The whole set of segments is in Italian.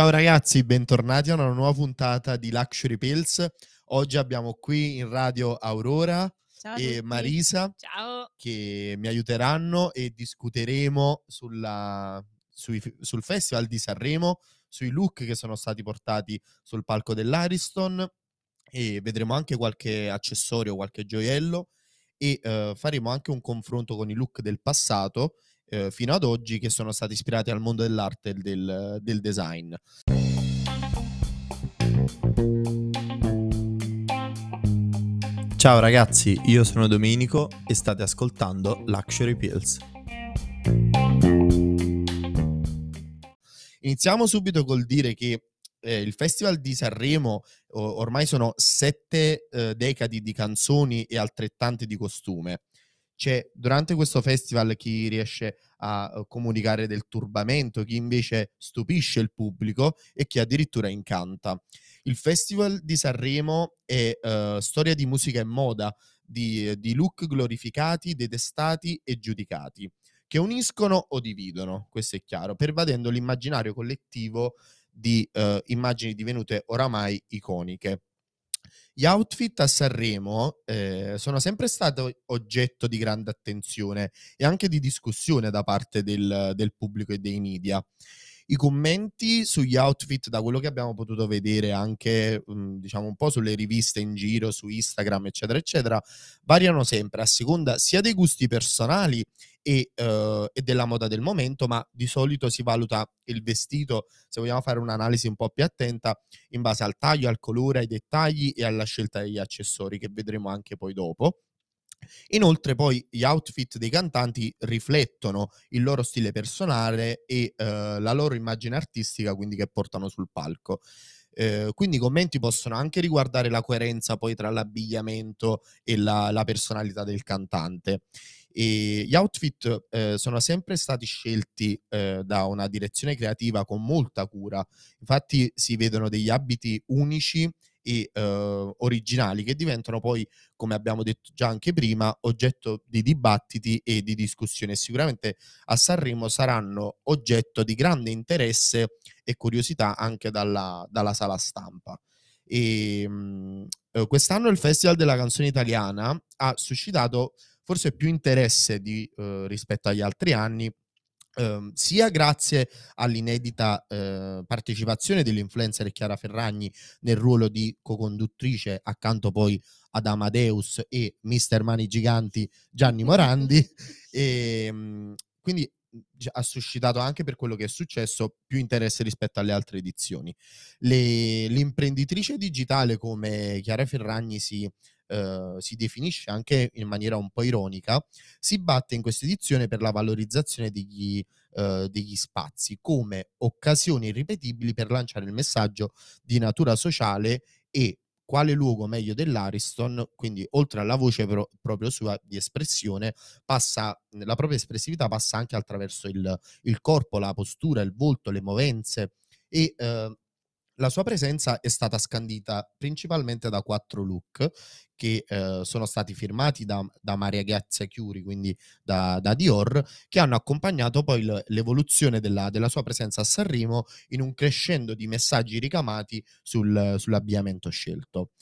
Ciao ragazzi, bentornati a una nuova puntata di Luxury Pills. Oggi abbiamo qui in radio Aurora Ciao a e tutti. Marisa Ciao. che mi aiuteranno e discuteremo sul Festival di Sanremo, sui look che sono stati portati sul palco dell'Ariston e vedremo anche qualche accessorio, qualche gioiello e faremo anche un confronto con i look del passato fino ad oggi che sono stati ispirati al mondo dell'arte e del design. Ciao ragazzi, io sono Domenico e state ascoltando Luxury Pills. Iniziamo subito col dire che il Festival di Sanremo ormai sono 7 decadi di canzoni e altrettante di costume. C'è durante questo festival chi riesce a comunicare del turbamento, chi invece stupisce il pubblico e chi addirittura incanta. Il Festival di Sanremo è storia di musica e moda, di look glorificati, detestati e giudicati, che uniscono o dividono, questo è chiaro, pervadendo l'immaginario collettivo di immagini divenute oramai iconiche. Gli outfit a Sanremo sono sempre stato oggetto di grande attenzione e anche di discussione da parte del pubblico e dei media. I commenti sugli outfit, da quello che abbiamo potuto vedere anche, diciamo un po' sulle riviste in giro, su Instagram, eccetera, eccetera, variano sempre a seconda sia dei gusti personali e della moda del momento, ma di solito si valuta il vestito, se vogliamo fare un'analisi un po' più attenta, in base al taglio, al colore, ai dettagli e alla scelta degli accessori che vedremo anche poi dopo. Inoltre poi gli outfit dei cantanti riflettono il loro stile personale e la loro immagine artistica, quindi che portano sul palco. Quindi i commenti possono anche riguardare la coerenza poi tra l'abbigliamento e la personalità del cantante. Gli outfit sono sempre stati scelti da una direzione creativa con molta cura. Infatti si vedono degli abiti unici e originali che diventano poi, come abbiamo detto già anche prima, oggetto di dibattiti e di discussione. Sicuramente a Sanremo saranno oggetto di grande interesse e curiosità anche dalla sala stampa. Quest'anno il Festival della canzone italiana ha suscitato forse più interesse rispetto agli altri anni, sia grazie all'inedita partecipazione dell'influencer Chiara Ferragni nel ruolo di co-conduttrice accanto poi ad Amadeus e Mister Mani Giganti Gianni Morandi. Quindi ha suscitato anche per quello che è successo più interesse rispetto alle altre edizioni. L'imprenditrice digitale come Chiara Ferragni si definisce anche in maniera un po' ironica, si batte in questa edizione per la valorizzazione degli spazi come occasioni irripetibili per lanciare il messaggio di natura sociale e quale luogo meglio dell'Ariston, quindi oltre alla voce proprio sua di espressione, la propria espressività passa anche attraverso il corpo, la postura, il volto, le movenze e la sua presenza è stata scandita principalmente da 4 look che sono stati firmati da Maria Grazia Chiuri, quindi da Dior, che hanno accompagnato poi l'evoluzione della sua presenza a Sanremo in un crescendo di messaggi ricamati sull'abbigliamento scelto.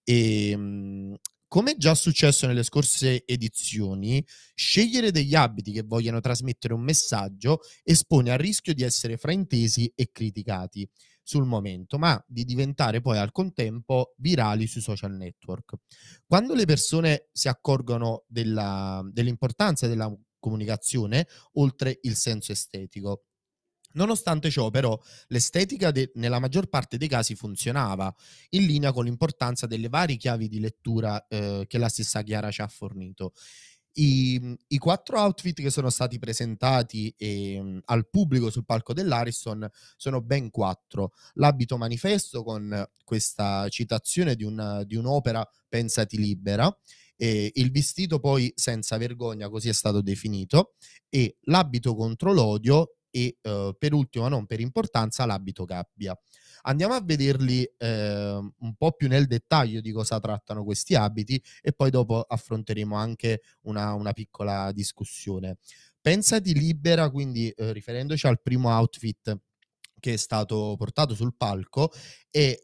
Come già successo nelle scorse edizioni, scegliere degli abiti che vogliano trasmettere un messaggio espone al rischio di essere fraintesi e criticati sul momento, ma di diventare poi al contempo virali sui social network. Quando le persone si accorgono dell'importanza della comunicazione, oltre il senso estetico. Nonostante ciò, però, l'estetica nella maggior parte dei casi funzionava, in linea con l'importanza delle varie chiavi di lettura che la stessa Chiara ci ha fornito. I 4 outfit che sono stati presentati al pubblico sul palco dell'Ariston sono ben 4. L'abito manifesto con questa citazione di un'opera Pensati libera, il vestito poi senza vergogna, così è stato definito, e l'abito contro l'odio e, per ultimo, ma non per importanza, l'abito gabbia. Andiamo a vederli, un po' più nel dettaglio di cosa trattano questi abiti e poi dopo affronteremo anche una piccola discussione. Pensati libera, quindi, riferendoci al primo outfit che è stato portato sul palco è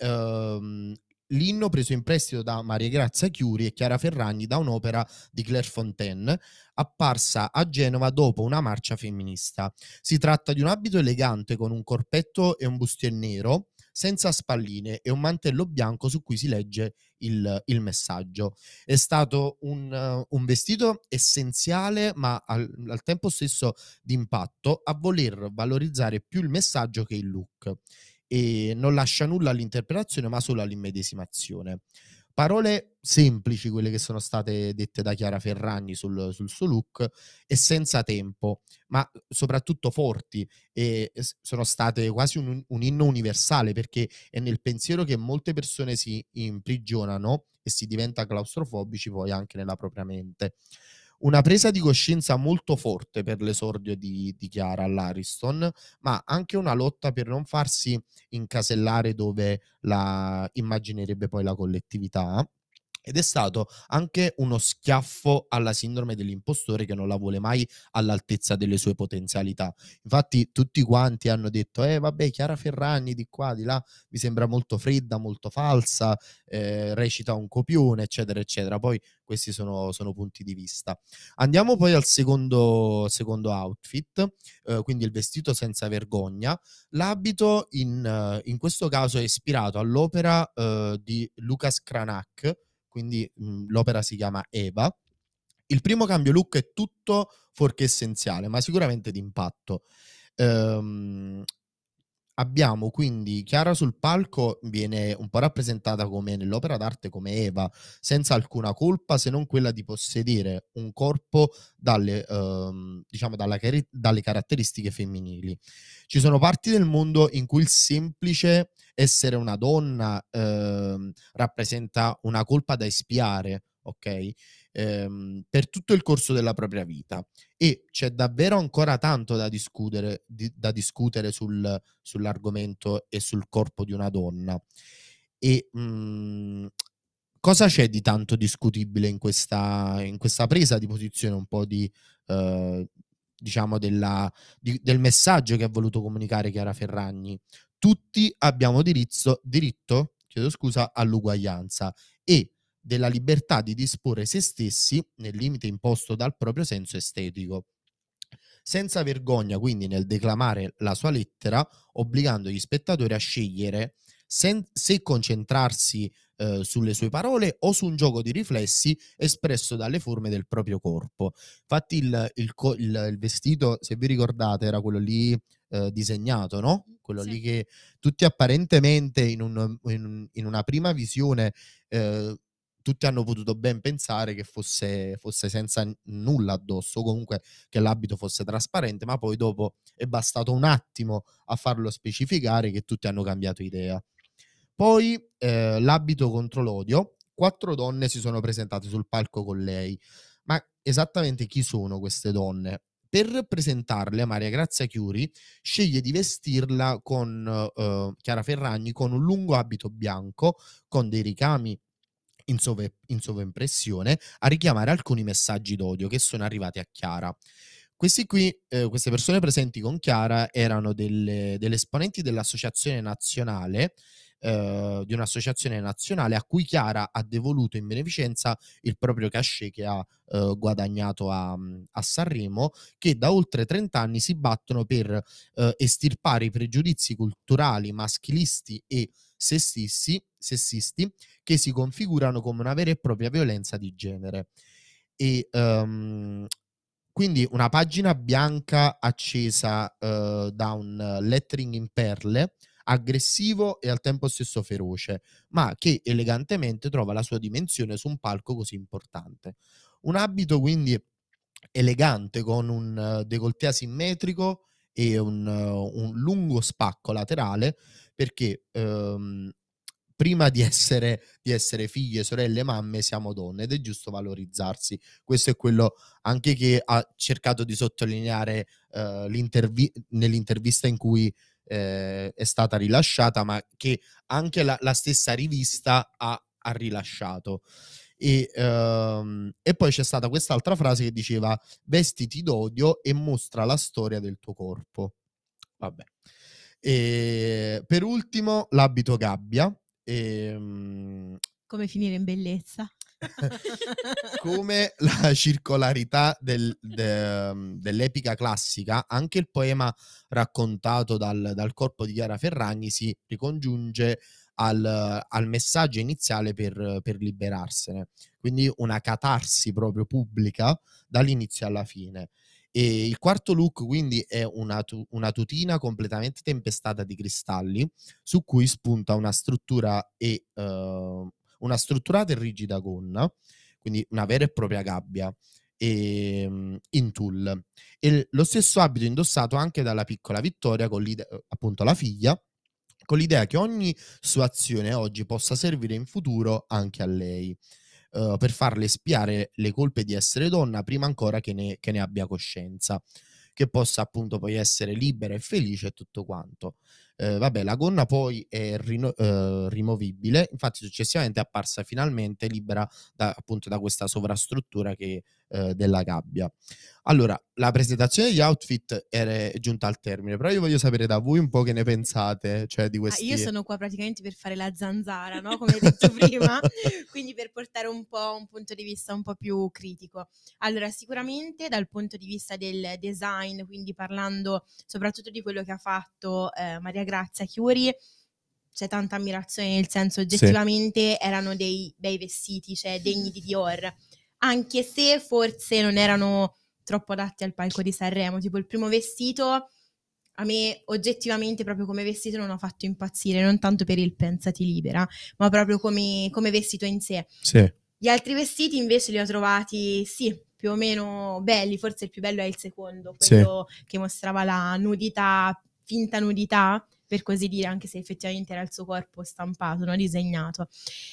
l'inno preso in prestito da Maria Grazia Chiuri e Chiara Ferragni da un'opera di Claire Fontaine apparsa a Genova dopo una marcia femminista. Si tratta di un abito elegante con un corpetto e un bustier nero, senza spalline e un mantello bianco su cui si legge il messaggio. È stato un vestito essenziale, ma al tempo stesso d'impatto, a voler valorizzare più il messaggio che il look e non lascia nulla all'interpretazione ma solo all'immedesimazione. Parole semplici quelle che sono state dette da Chiara Ferragni sul suo look e senza tempo, ma soprattutto forti e sono state quasi un inno universale perché è nel pensiero che molte persone si imprigionano e si diventa claustrofobici poi anche nella propria mente. Una presa di coscienza molto forte per l'esordio di Chiara all'Ariston, ma anche una lotta per non farsi incasellare dove la immaginerebbe poi la collettività. Ed è stato anche uno schiaffo alla sindrome dell'impostore che non la vuole mai all'altezza delle sue potenzialità. Infatti tutti quanti hanno detto, vabbè, Chiara Ferragni di qua, di là, mi sembra molto fredda, molto falsa, recita un copione, eccetera, eccetera. Poi questi sono punti di vista. Andiamo poi al secondo outfit, quindi il vestito senza vergogna. L'abito in questo caso è ispirato all'opera di Lucas Cranach, quindi l'opera si chiama Eva. Il primo cambio look è tutto fuorché essenziale, ma sicuramente d'impatto. Ehm, Abbiamo quindi Chiara sul palco, viene un po' rappresentata come nell'opera d'arte come Eva, senza alcuna colpa se non quella di possedere un corpo diciamo dalle caratteristiche femminili. Ci sono parti del mondo in cui il semplice essere una donna rappresenta una colpa da espiare, ok? Per tutto il corso della propria vita. E c'è davvero ancora tanto da discutere sull'argomento e sul corpo di una donna. E cosa c'è di tanto discutibile in questa presa di posizione un po' diciamo del messaggio che ha voluto comunicare Chiara Ferragni? Tutti abbiamo diritto, chiedo scusa, all'uguaglianza e della libertà di disporre se stessi nel limite imposto dal proprio senso estetico. Senza vergogna, quindi, nel declamare la sua lettera, obbligando gli spettatori a scegliere se concentrarsi sulle sue parole o su un gioco di riflessi espresso dalle forme del proprio corpo. Infatti il vestito, se vi ricordate, era quello lì disegnato, no? Quello Sì. lì che tutti apparentemente in una prima visione eh, tutti hanno potuto ben pensare che fosse senza nulla addosso, o comunque che l'abito fosse trasparente, ma poi dopo è bastato un attimo a farlo specificare che tutti hanno cambiato idea. Poi l'abito contro l'odio, 4 donne si sono presentate sul palco con lei, ma esattamente chi sono queste donne? Per presentarle, Maria Grazia Chiuri sceglie di vestirla con Chiara Ferragni con un lungo abito bianco con dei ricami in sovraimpressione a richiamare alcuni messaggi d'odio che sono arrivati a Chiara. Queste persone presenti con Chiara erano delle esponenti dell'associazione nazionale, di un'associazione nazionale a cui Chiara ha devoluto in beneficenza il proprio cachet che ha guadagnato a Sanremo, che da oltre 30 anni si battono per estirpare i pregiudizi culturali maschilisti e sessisti che si configurano come una vera e propria violenza di genere. E quindi una pagina bianca accesa da un lettering in perle, aggressivo e al tempo stesso feroce, ma che elegantemente trova la sua dimensione su un palco così importante. Un abito quindi elegante con un décolleté asimmetrico e un lungo spacco laterale perché prima di essere figlie, sorelle, mamme, siamo donne ed è giusto valorizzarsi. Questo è quello anche che ha cercato di sottolineare nell'intervista in cui è stata rilasciata, ma che anche la stessa rivista ha rilasciato. E poi c'è stata quest'altra frase che diceva vestiti d'odio e mostra la storia del tuo corpo. Vabbè. E per ultimo, l'abito gabbia. Ehm, Come finire in bellezza. Come la circolarità dell'epica classica, anche il poema raccontato dal corpo di Chiara Ferragni si ricongiunge al messaggio iniziale per liberarsene. Quindi una catarsi proprio pubblica dall'inizio alla fine. E il quarto look quindi è una tutina completamente tempestata di cristalli su cui spunta una strutturata e rigida gonna, quindi una vera e propria gabbia in tulle. E lo stesso abito indossato anche dalla piccola Vittoria, appunto la figlia, con l'idea che ogni sua azione oggi possa servire in futuro anche a lei, per farle espiare le colpe di essere donna prima ancora che ne abbia coscienza, che possa appunto poi essere libera e felice e tutto quanto. Vabbè, la gonna poi è rimovibile, infatti successivamente è apparsa finalmente libera appunto da questa sovrastruttura della gabbia. Allora, la presentazione degli outfit è giunta al termine, però io voglio sapere da voi un po' che ne pensate, cioè di Io questi... sono qua praticamente per fare la zanzara, no? Come hai detto prima, quindi per portare un po' un punto di vista un po' più critico. Allora, sicuramente dal punto di vista del design, quindi parlando soprattutto di quello che ha fatto Maria Grazia Chiuri, c'è tanta ammirazione, nel senso oggettivamente erano dei bei vestiti, cioè degni di Dior, anche se forse non erano troppo adatti al palco di Sanremo, tipo il primo vestito a me oggettivamente proprio come vestito non ha fatto impazzire, non tanto per il pensati libera, ma proprio come vestito in sé. Sì. Gli altri vestiti invece li ho trovati, sì, più o meno belli, forse il più bello è il secondo, quello che mostrava la nudità, finta nudità, per così dire, anche se effettivamente era il suo corpo stampato, no? Disegnato.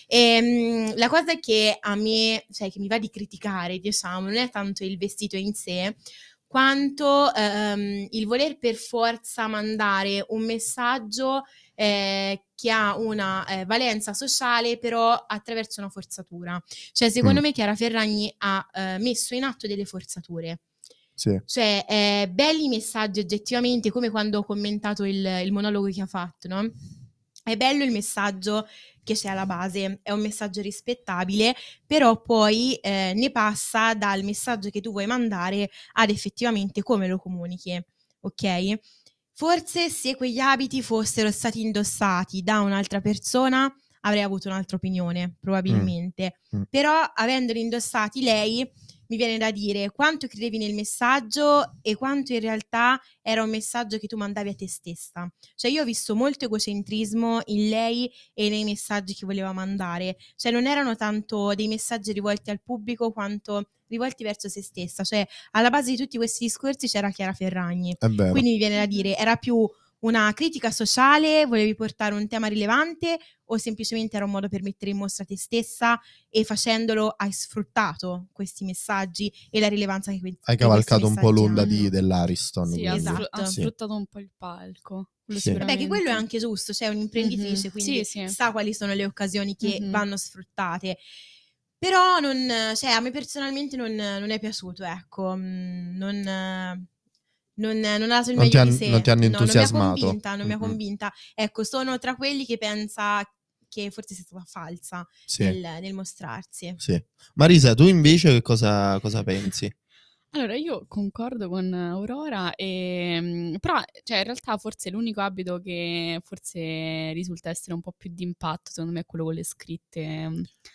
La cosa che a me, cioè che mi va di criticare, diciamo, non è tanto il vestito in sé, quanto il voler per forza mandare un messaggio che ha una valenza sociale però attraverso una forzatura. Cioè secondo me Chiara Ferragni ha messo in atto delle forzature. Sì. Cioè belli messaggi oggettivamente, come quando ho commentato il monologo che ha fatto, no? È bello il messaggio che c'è alla base, è un messaggio rispettabile, però poi ne passa dal messaggio che tu vuoi mandare ad effettivamente come lo comunichi, ok? Forse se quegli abiti fossero stati indossati da un'altra persona avrei avuto un'altra opinione, probabilmente. Però avendoli indossati lei, mi viene da dire quanto credevi nel messaggio e quanto in realtà era un messaggio che tu mandavi a te stessa. Cioè io ho visto molto egocentrismo in lei e nei messaggi che voleva mandare. Cioè non erano tanto dei messaggi rivolti al pubblico quanto rivolti verso se stessa. Cioè alla base di tutti questi discorsi c'era Chiara Ferragni. È vero. Quindi mi viene da dire, era più una critica sociale, volevi portare un tema rilevante o semplicemente era un modo per mettere in mostra te stessa e facendolo hai sfruttato questi messaggi e la rilevanza che Hai cavalcato un po' l'onda hanno. dell'Ariston. Sì, Esatto. ha sfruttato un po' il palco. Sì. Vabbè, che quello è anche giusto, cioè un'imprenditrice, quindi Sì. sa quali sono le occasioni che vanno sfruttate. Però cioè, a me personalmente non è piaciuto, ecco, non ha dato il meglio di sé. Non ti hanno entusiasmato? Non mi ha convinta. Ecco, sono tra quelli che pensa che forse sia stata falsa nel mostrarsi. Sì. Marisa, tu invece che cosa pensi? Allora, io concordo con Aurora, però cioè, in realtà forse l'unico abito che forse risulta essere un po' più d'impatto, secondo me, è quello con le scritte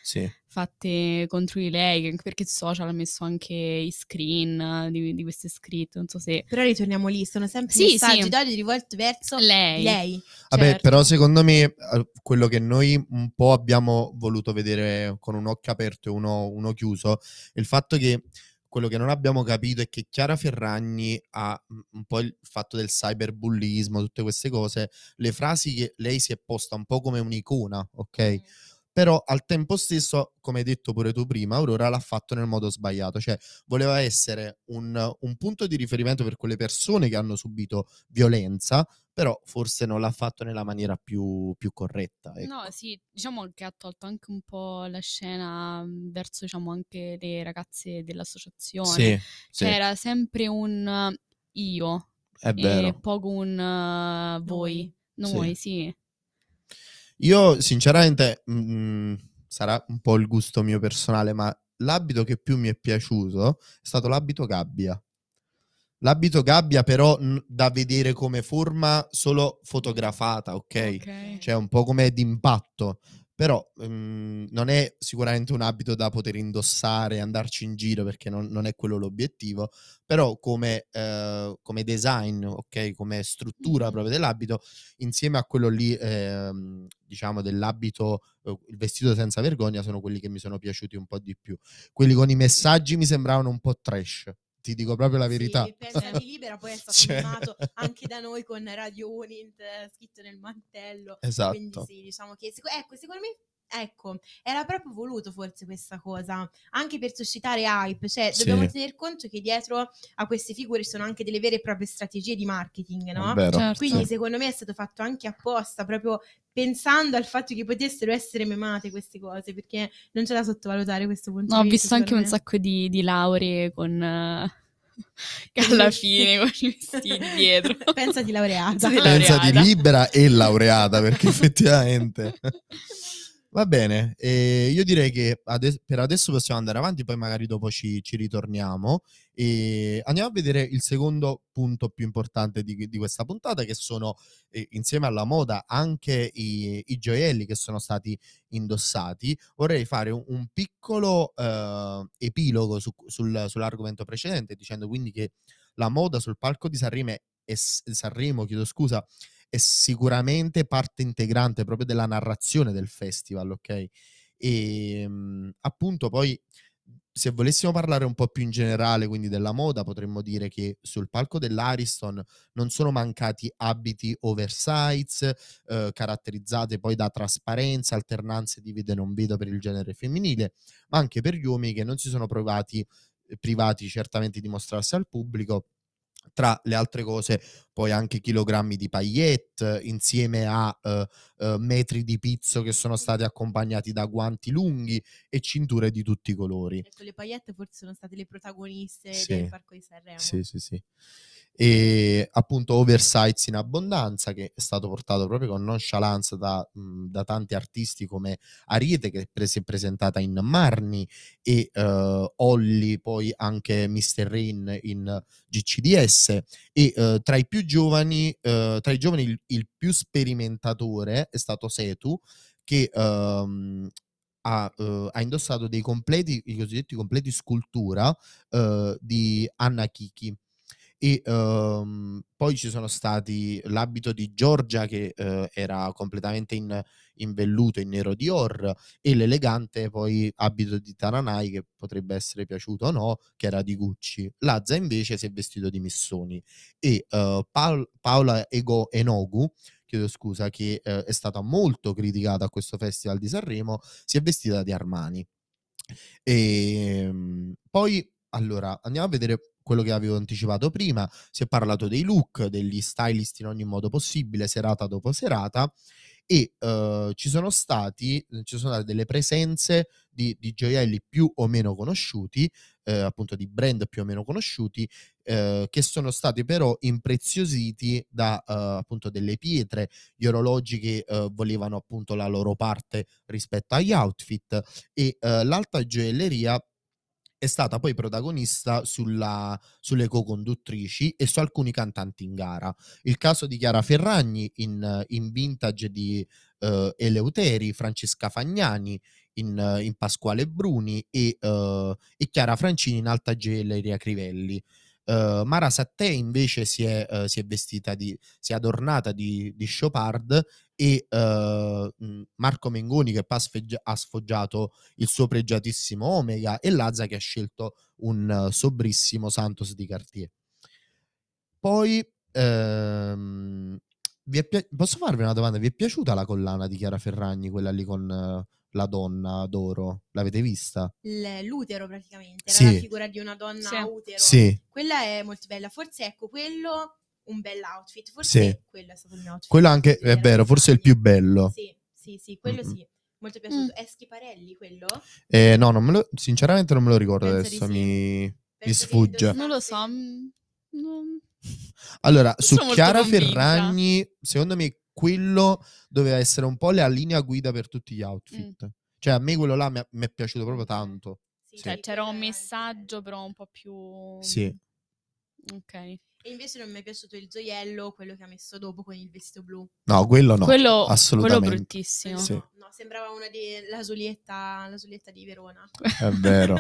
fatte contro di lei, perché su social ha messo anche i screen di queste scritte, non so se... Però ritorniamo lì, sono sempre messaggi d'odio rivolti verso lei. Vabbè, certo. però secondo me quello che noi un po' abbiamo voluto vedere con un occhio aperto e uno chiuso è il fatto che quello che non abbiamo capito è che Chiara Ferragni ha un po' il fatto del cyberbullismo, tutte queste cose, le frasi che lei si è posta un po' come un'icona, ok? Però al tempo stesso, come hai detto pure tu prima, Aurora l'ha fatto nel modo sbagliato, cioè voleva essere un punto di riferimento per quelle persone che hanno subito violenza, però forse non l'ha fatto nella maniera più corretta. Ecco. No, sì, diciamo che ha tolto anche un po' la scena verso, diciamo, anche le ragazze dell'associazione. Sì. Era sempre un io. È e vero. poco un voi. Noi, sì. Io sinceramente sarà un po' il gusto mio personale, ma l'abito che più mi è piaciuto è stato l'abito gabbia. L'abito gabbia però da vedere come forma solo fotografata, ok? Ok. Cioè un po' come d'impatto, però non è sicuramente un abito da poter indossare e andarci in giro perché non è quello l'obiettivo, però come design, ok? Come struttura Mhm. proprio dell'abito, insieme a quello lì, diciamo, dell'abito, il vestito senza vergogna, sono quelli che mi sono piaciuti un po' di più. Quelli con i messaggi mi sembravano un po' trash. Ti dico proprio la verità. Sì, Pensa di Libera poi è stato Cioè, mimato anche da noi con Radio Unint scritto nel mantello. Quindi esatto. sì, diciamo che ecco, secondo me era proprio voluto forse questa cosa, anche per suscitare hype, cioè dobbiamo Sì, tener conto che dietro a queste figure ci sono anche delle vere e proprie strategie di marketing, è no? vero. Certo. Quindi Sì. secondo me è stato fatto anche apposta, proprio pensando al fatto che potessero essere memate queste cose, perché non c'è da sottovalutare questo punto No, ho di vista, visto anche un secondo me. sacco di lauree con che alla fine con i vestiti dietro. Pensati laureata. Pensati Pensa di laureata. libera e laureata, perché effettivamente. Va bene, io direi che per adesso possiamo andare avanti, poi magari dopo ci ritorniamo e andiamo a vedere il secondo punto più importante di questa puntata, che sono insieme alla moda anche i gioielli che sono stati indossati. Vorrei fare un piccolo epilogo sull'argomento precedente, dicendo quindi che la moda sul palco di Sanremo, chiedo scusa, è sicuramente parte integrante proprio della narrazione del festival, ok? E appunto poi, se volessimo parlare un po' più in generale, quindi della moda, potremmo dire che sul palco dell'Ariston non sono mancati abiti oversize, caratterizzate poi da trasparenza, alternanze di vedo e non vedo per il genere femminile, ma anche per gli uomini che non si sono privati certamente di mostrarsi al pubblico. Tra le altre cose, poi anche chilogrammi di paillette, insieme a metri di pizzo che sono stati accompagnati da guanti lunghi e cinture di tutti i colori. Ecco, le paillette forse sono state le protagoniste Sì, del Parco di Sanremo. sì. E appunto oversize in abbondanza, che è stato portato proprio con nonchalance da tanti artisti come Ariete, che si è presentata in Marni, e Olly, poi anche Mr. Rain in GCDS, e tra i giovani il più sperimentatore è stato Setu, che ha indossato i cosiddetti completi scultura di Anna Kiki. E poi ci sono stati l'abito di Giorgia, che era completamente in velluto, in nero Dior, e l'elegante poi abito di Taranai, che potrebbe essere piaciuto o no, che era di Gucci. Lazza invece si è vestito di Missoni, e Paola Enogu, chiedo scusa, che è stata molto criticata a questo Festival di Sanremo, si è vestita di Armani. Poi, allora, andiamo a vedere quello che avevo anticipato prima. Si è parlato dei look, degli stylist in ogni modo possibile, serata dopo serata, e ci sono state delle presenze di gioielli più o meno conosciuti, appunto di brand più o meno conosciuti, che sono stati però impreziositi da appunto delle pietre, gli orologi che volevano appunto la loro parte rispetto agli outfit, e l'alta gioielleria è stata poi protagonista sulle co-conduttrici e su alcuni cantanti in gara. Il caso di Chiara Ferragni in vintage di Eleuteri, Francesca Fagnani in Pasquale Bruni, e Chiara Francini in alta gioielleria Crivelli. Mara Sattè invece si è si è adornata di Chopard, e Marco Mengoni, che poi ha sfoggiato il suo pregiatissimo Omega, e Lazza, che ha scelto un sobrissimo Santos di Cartier. Poi posso farvi una domanda? Vi è piaciuta la collana di Chiara Ferragni, quella lì con la donna d'oro? L'avete vista? L'utero praticamente, era la Sì, figura di una donna Sì. a utero. sì, Quella è molto bella, forse ecco quello un bel outfit, sì. forse quello è stato il mio outfit. Quello anche è vero, forse è il più bello. Sì, quello Mm-mm. sì, molto piaciuto. È Schiparelli quello? No, sinceramente non me lo ricordo Penso di adesso, sì. mi Penso che sfugge. Non lo so. indossasse Non- Allora, su sono molto Chiara convinta. Ferragni, secondo me quello doveva essere un po' la linea guida per tutti gli outfit. Cioè, a me quello là mi è piaciuto proprio tanto. Sì, Sì. Cioè, sì, c'era quello un era messaggio, però un po' più... Sì. Ok. E invece non mi è piaciuto il gioiello, quello che ha messo dopo con il vestito blu. No, quello no, Quello assolutamente. bruttissimo. Sì. No, sembrava la Giulietta di Verona. È vero.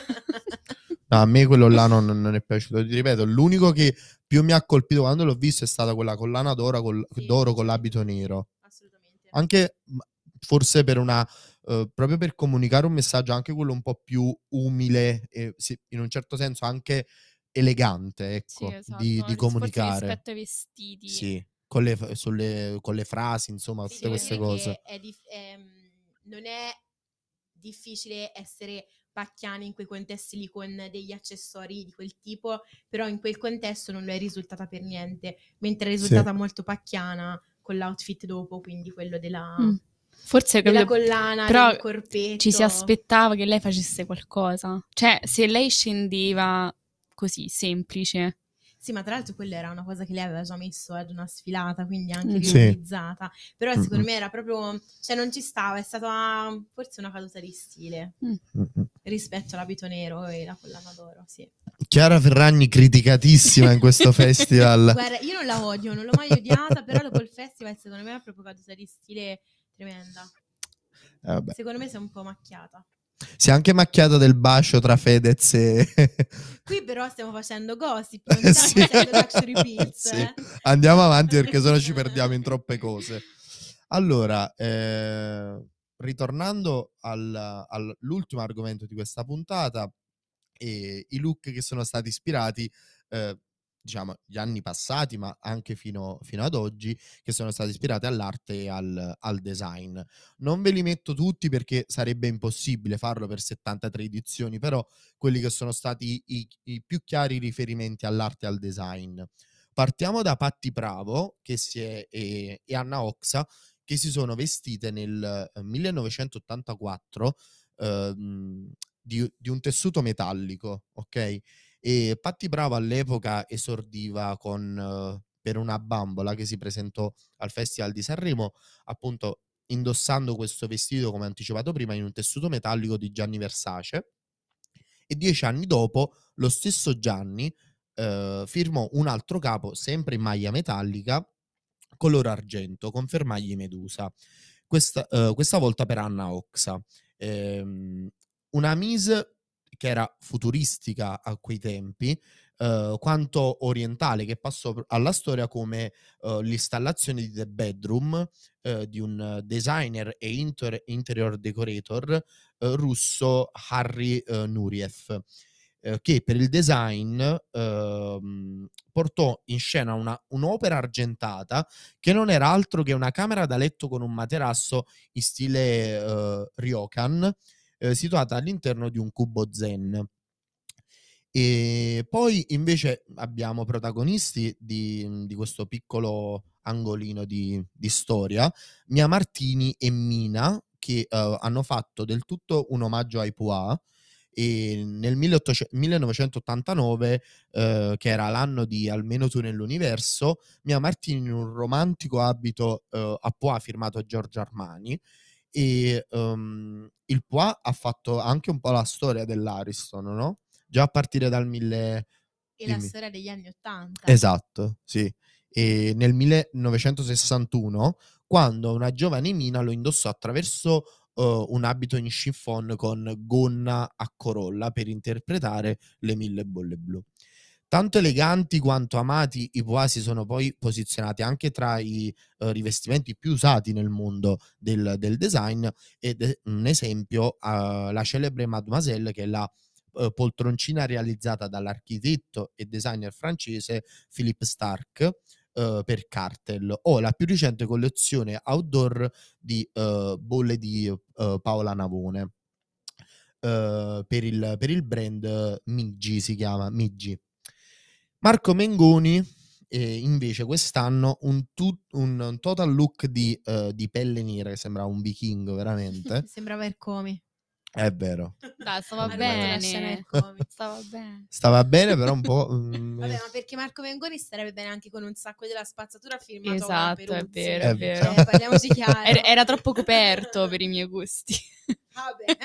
No, a me quello là non è piaciuto. Ti ripeto, l'unico che più mi ha colpito quando l'ho visto è stata quella collana d'oro d'oro con l'abito nero. Assolutamente. Anche forse per proprio per comunicare un messaggio, anche quello un po' più umile e in un certo senso anche elegante, ecco, Sì, esatto. di Forse comunicare. rispetto ai vestiti. Sì, con le frasi, insomma, Sì, tutte devo queste dire cose. che non è difficile essere pacchiani in quei contesti lì con degli accessori di quel tipo, però in quel contesto non lo è risultata per niente, mentre è risultata molto pacchiana con l'outfit dopo, quindi quello Forse della capito, collana, però del corpetto. ci si aspettava che lei facesse qualcosa. Cioè, se lei scendeva così, semplice. Sì, ma tra l'altro quella era una cosa che lei aveva già messo ad una sfilata, quindi anche Sì. riutilizzata. Però Mm-mm. secondo me era proprio, cioè non ci stava, è stata forse una caduta di stile rispetto all'abito nero e la collana d'oro, sì. Chiara Ferragni criticatissima in questo festival. Guarda, io non la odio, non l'ho mai odiata, però dopo il festival secondo me è proprio caduta di stile tremenda. Vabbè. Secondo me si è un po' macchiata. Si è anche macchiata del bacio tra Fedez e... Qui però stiamo facendo gossip, non stiamo Sì. facendo luxury pills. Sì. Andiamo avanti perché sennò ci perdiamo in troppe cose. Allora, ritornando all'ultimo argomento di questa puntata, i look che sono stati ispirati, diciamo, gli anni passati, ma anche fino ad oggi, che sono stati ispirati all'arte e al design. Non ve li metto tutti perché sarebbe impossibile farlo per 73 edizioni, però quelli che sono stati i più chiari riferimenti all'arte e al design. Partiamo da Patti Bravo e Anna Oxa, che si sono vestite nel 1984 di un tessuto metallico, ok? E Patti Bravo all'epoca esordiva per una bambola che si presentò al Festival di Sanremo, appunto indossando questo vestito, come anticipato prima, in un tessuto metallico di Gianni Versace. E 10 anni dopo, lo stesso Gianni firmò un altro capo, sempre in maglia metallica, color argento, con fermaglie Medusa. Questa volta per Anna Oxa. Una mise che era futuristica a quei tempi, quanto orientale, che passò alla storia come l'installazione di The Bedroom di un designer e interior decorator russo Harry Nureyev, che per il design portò in scena un'opera argentata che non era altro che una camera da letto con un materasso in stile ryokan, situata all'interno di un cubo zen. E poi invece abbiamo protagonisti di questo piccolo angolino di storia, Mia Martini e Mina, che hanno fatto del tutto un omaggio ai Poix. E nel 1989, che era l'anno di Almeno tu nell'universo, Mia Martini in un romantico abito a Poix firmato Giorgio Armani. E il Poix ha fatto anche un po' la storia dell'Ariston, no? Già a partire dal E la dimmi. storia degli anni '80. Esatto, sì. E nel 1961, quando una giovane Mina lo indossò attraverso un abito in chiffon con gonna a corolla per interpretare Le 1000 bolle blu. Tanto eleganti quanto amati, i Poix si sono poi posizionati anche tra i rivestimenti più usati nel mondo del design, ed un esempio la celebre Mademoiselle, che è la poltroncina realizzata dall'architetto e designer francese Philippe Starck per Cartel, o la più recente collezione outdoor di bolle di Paola Navone per il brand Migi, si chiama Migi. Marco Mengoni invece quest'anno un total look di pelle nera, che sembra un vichingo veramente. Sembrava Ercomi. È vero. Dai, stava Vabbè, guarda, la scena bene. è comica. Stava bene. Stava bene, però un po'... Vabbè, ma perché Marco Mengoni starebbe bene anche con un sacco della spazzatura firmato Esatto, è Peruzzi. vero, è vero. Cioè, parliamoci chiaro. Era troppo coperto per i miei gusti. Vabbè.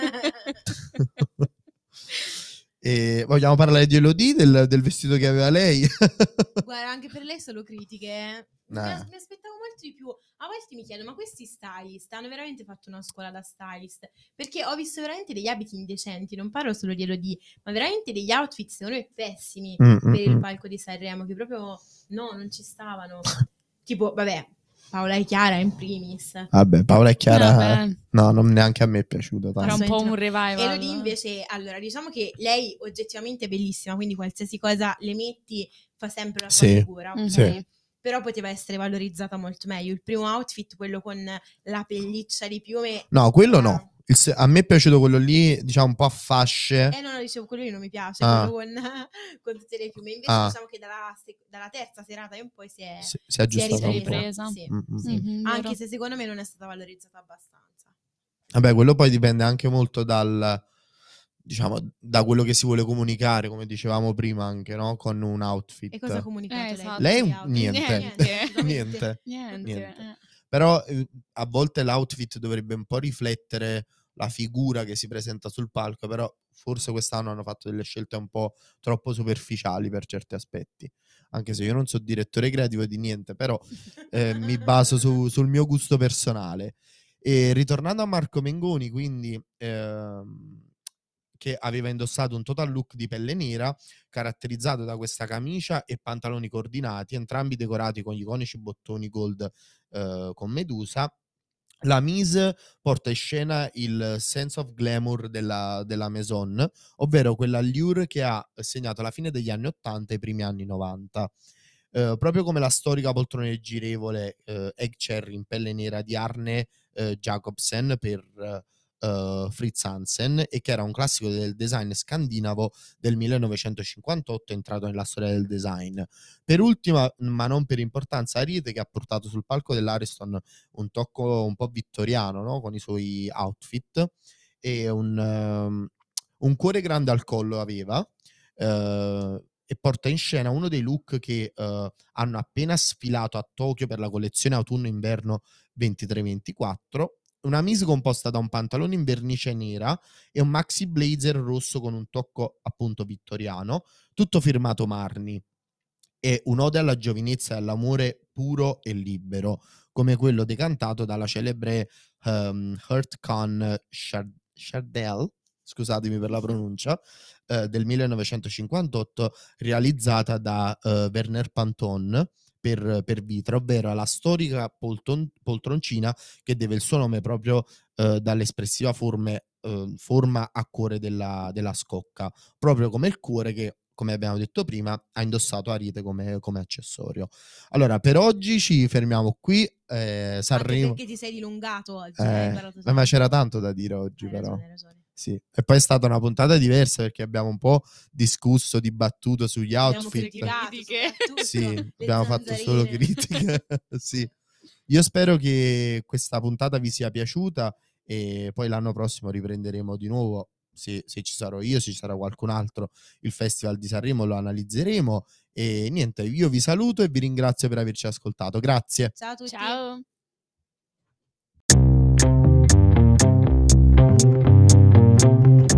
E vogliamo parlare di Elodie, del vestito che aveva lei? Guarda, anche per lei solo critiche. Mi aspettavo molto di più. A volte mi chiedo, ma questi stylist hanno veramente fatto una scuola da stylist? Perché ho visto veramente degli abiti indecenti, non parlo solo di Elodie, ma veramente degli outfit secondo me pessimi per il palco di Sanremo, che proprio non ci stavano. Tipo, vabbè, Paola e Chiara in primis. Vabbè, Paola e Chiara no, non neanche a me è piaciuto tanto. Era un po' un revival. Elodie invece, allora, diciamo che lei oggettivamente è bellissima, quindi qualsiasi cosa le metti fa sempre la sua figura, ok? Sì. Però poteva essere valorizzata molto meglio. Il primo outfit, quello con la pelliccia di piume. No, quello no. A me è piaciuto quello lì, diciamo un po' a fasce. No, dicevo, quello lì non mi piace, quello con tutte le piume. Invece diciamo che dalla terza serata in poi si è ripresa. Sì. Anche se secondo me non è stata valorizzata abbastanza. Vabbè, quello poi dipende anche molto diciamo, da quello che si vuole comunicare, come dicevamo prima anche, no? Con un outfit. E cosa ha comunicato esatto. lei? Niente. Però a volte l'outfit dovrebbe un po' riflettere la figura che si presenta sul palco, però forse quest'anno hanno fatto delle scelte un po' troppo superficiali per certi aspetti, anche se io non so direttore creativo di niente, però mi baso sul mio gusto personale. E ritornando a Marco Mengoni, quindi che aveva indossato un total look di pelle nera caratterizzato da questa camicia e pantaloni coordinati, entrambi decorati con gli iconici bottoni gold con Medusa. La Mise porta in scena il sense of glamour della Maison, ovvero quell'allure che ha segnato la fine degli anni 80 e i primi anni 90. Proprio come la storica poltrona girevole Egg Cherry in pelle nera di Arne Jacobsen per Fritz Hansen, e che era un classico del design scandinavo del 1958 entrato nella storia del design. Per ultima, ma non per importanza, Ariete, che ha portato sul palco dell'Ariston un tocco un po' vittoriano, no? Con i suoi outfit, e un cuore grande al collo aveva, e porta in scena uno dei look che hanno appena sfilato a Tokyo per la collezione autunno-inverno 23-24, una mise composta da un pantalone in vernice nera e un maxi blazer rosso con un tocco appunto vittoriano, tutto firmato Marni, e un'ode alla giovinezza e all'amore puro e libero, come quello decantato dalla celebre Hurt Con Chardel, scusatemi per la pronuncia, del 1958, realizzata da Werner Panton per Vitra, ovvero la storica poltroncina che deve il suo nome proprio dall'espressiva forma a cuore della scocca, proprio come il cuore che, come abbiamo detto prima, ha indossato Ariete come accessorio. Allora, per oggi ci fermiamo qui. Sanremo... Anche perché ti sei dilungato oggi. Ma c'era tanto da dire oggi, hai però. Ragione. Sì. E poi è stata una puntata diversa perché abbiamo un po' discusso, dibattuto sugli outfit. Sì, abbiamo fatto solo critiche. Sì. Io spero che questa puntata vi sia piaciuta e poi l'anno prossimo riprenderemo di nuovo, se ci sarò io, se ci sarà qualcun altro, il Festival di Sanremo, lo analizzeremo. E niente, io vi saluto e vi ringrazio per averci ascoltato. Grazie. Ciao a tutti. Ciao.